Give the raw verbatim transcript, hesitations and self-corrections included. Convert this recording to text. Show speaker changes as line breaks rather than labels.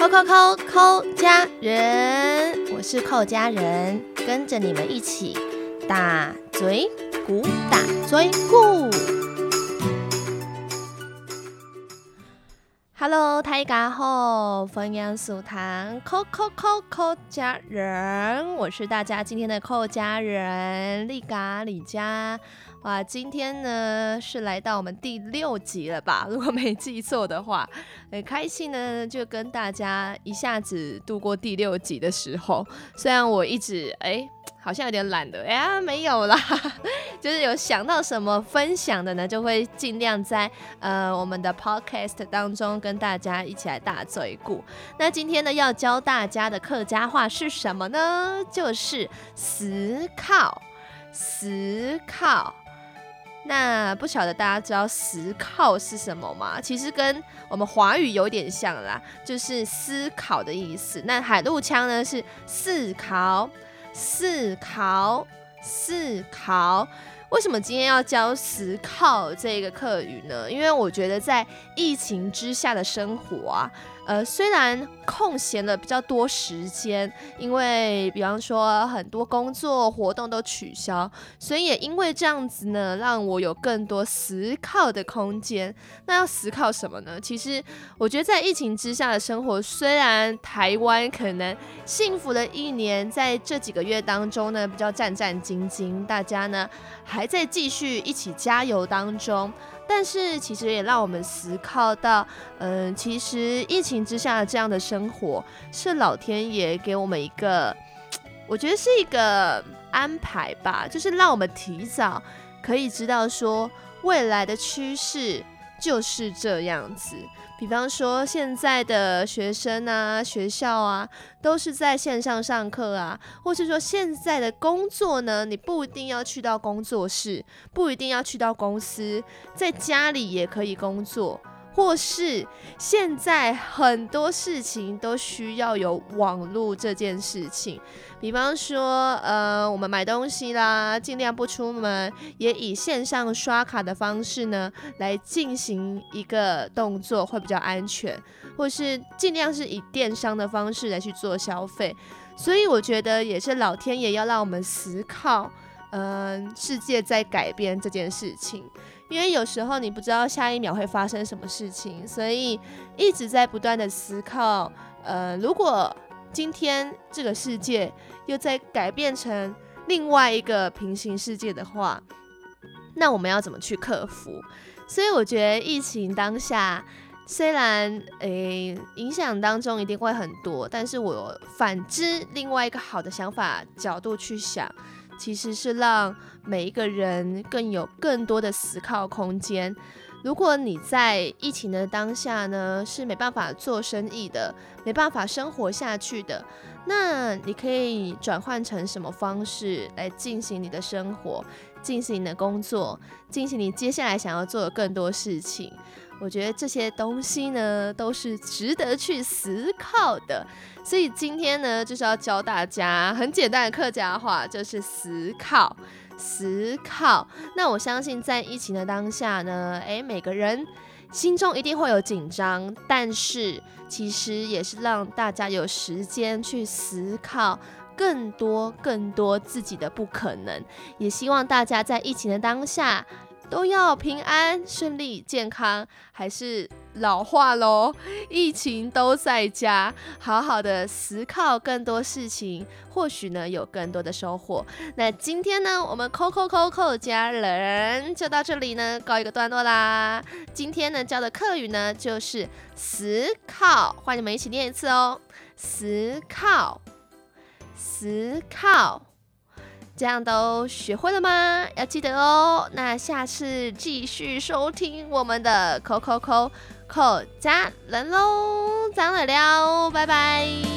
扣扣扣扣家人，我是扣家人，跟着你们一起打嘴鼓，打嘴鼓。Hello， 大家好，歡迎收聽扣扣扣扣家人，我是大家今天的扣家人丽嘎李佳。哇，今天呢是来到我们第六集了吧？如果没记错的话，很开心呢，就跟大家一下子度过第六集的时候。虽然我一直哎，好像有点懒的，哎呀，没有啦，就是有想到什么分享的呢，就会尽量在呃我们的 podcast 当中跟大家一起来大嘴鼓。那今天呢，要教大家的客家话是什么呢？就是思考，思考。那不晓得大家知道思考是什么吗？其实跟我们华语有点像啦，就是思考的意思。那海陆腔呢是思考，思考，思考。为什么今天要教思考这个客语呢？因为我觉得在疫情之下的生活啊，呃，虽然空闲了比较多时间，因为比方说很多工作活动都取消，所以也因为这样子呢，让我有更多思考的空间。那要思考什么呢？其实我觉得在疫情之下的生活，虽然台湾可能幸福的一年，在这几个月当中呢，比较战战兢兢，大家呢还在继续一起加油当中。但是其实也让我们思考到，嗯，其实疫情之下的这样的生活，是老天爷给我们一个，我觉得是一个安排吧，就是让我们提早可以知道说未来的趋势就是这样子。比方说现在的学生啊，学校啊，都是在线上上课啊，或是说现在的工作呢，你不一定要去到工作室，不一定要去到公司，在家里也可以工作。或是现在很多事情都需要有网络这件事情，比方说呃，我们买东西啦，尽量不出门，也以线上刷卡的方式呢来进行一个动作会比较安全，或是尽量是以电商的方式来去做消费。所以我觉得也是老天爷要让我们思考嗯、呃，世界在改变这件事情，因为有时候你不知道下一秒会发生什么事情，所以一直在不断的思考，呃，如果今天这个世界又在改变成另外一个平行世界的话，那我们要怎么去克服？所以我觉得疫情当下，虽然诶影响当中一定会很多，但是我反之另外一个好的想法角度去想，其实是让每一个人更有更多的思考空间。如果你在疫情的当下呢，是没办法做生意的，没办法生活下去的，那你可以转换成什么方式来进行你的生活，进行你的工作，进行你接下来想要做的更多事情。我觉得这些东西呢，都是值得去思考的。所以今天呢，就是要教大家很简单的客家话，就是思考，思考。那我相信在疫情的当下呢，诶，每个人心中一定会有紧张，但是其实也是让大家有时间去思考更多更多自己的不可能。也希望大家在疫情的当下都要平安顺利健康，还是老话咯，疫情都在家，好好的思考更多事情，或许呢有更多的收获。那今天呢，我们扣扣扣扣家人就到这里呢告一个段落啦。今天呢教的客语呢就是思考，欢迎你们一起念一次哦，思考，思考。这样都学会了吗？要记得哦。那下次继续收听我们的扣扣扣扣家人喽，张了了，拜拜。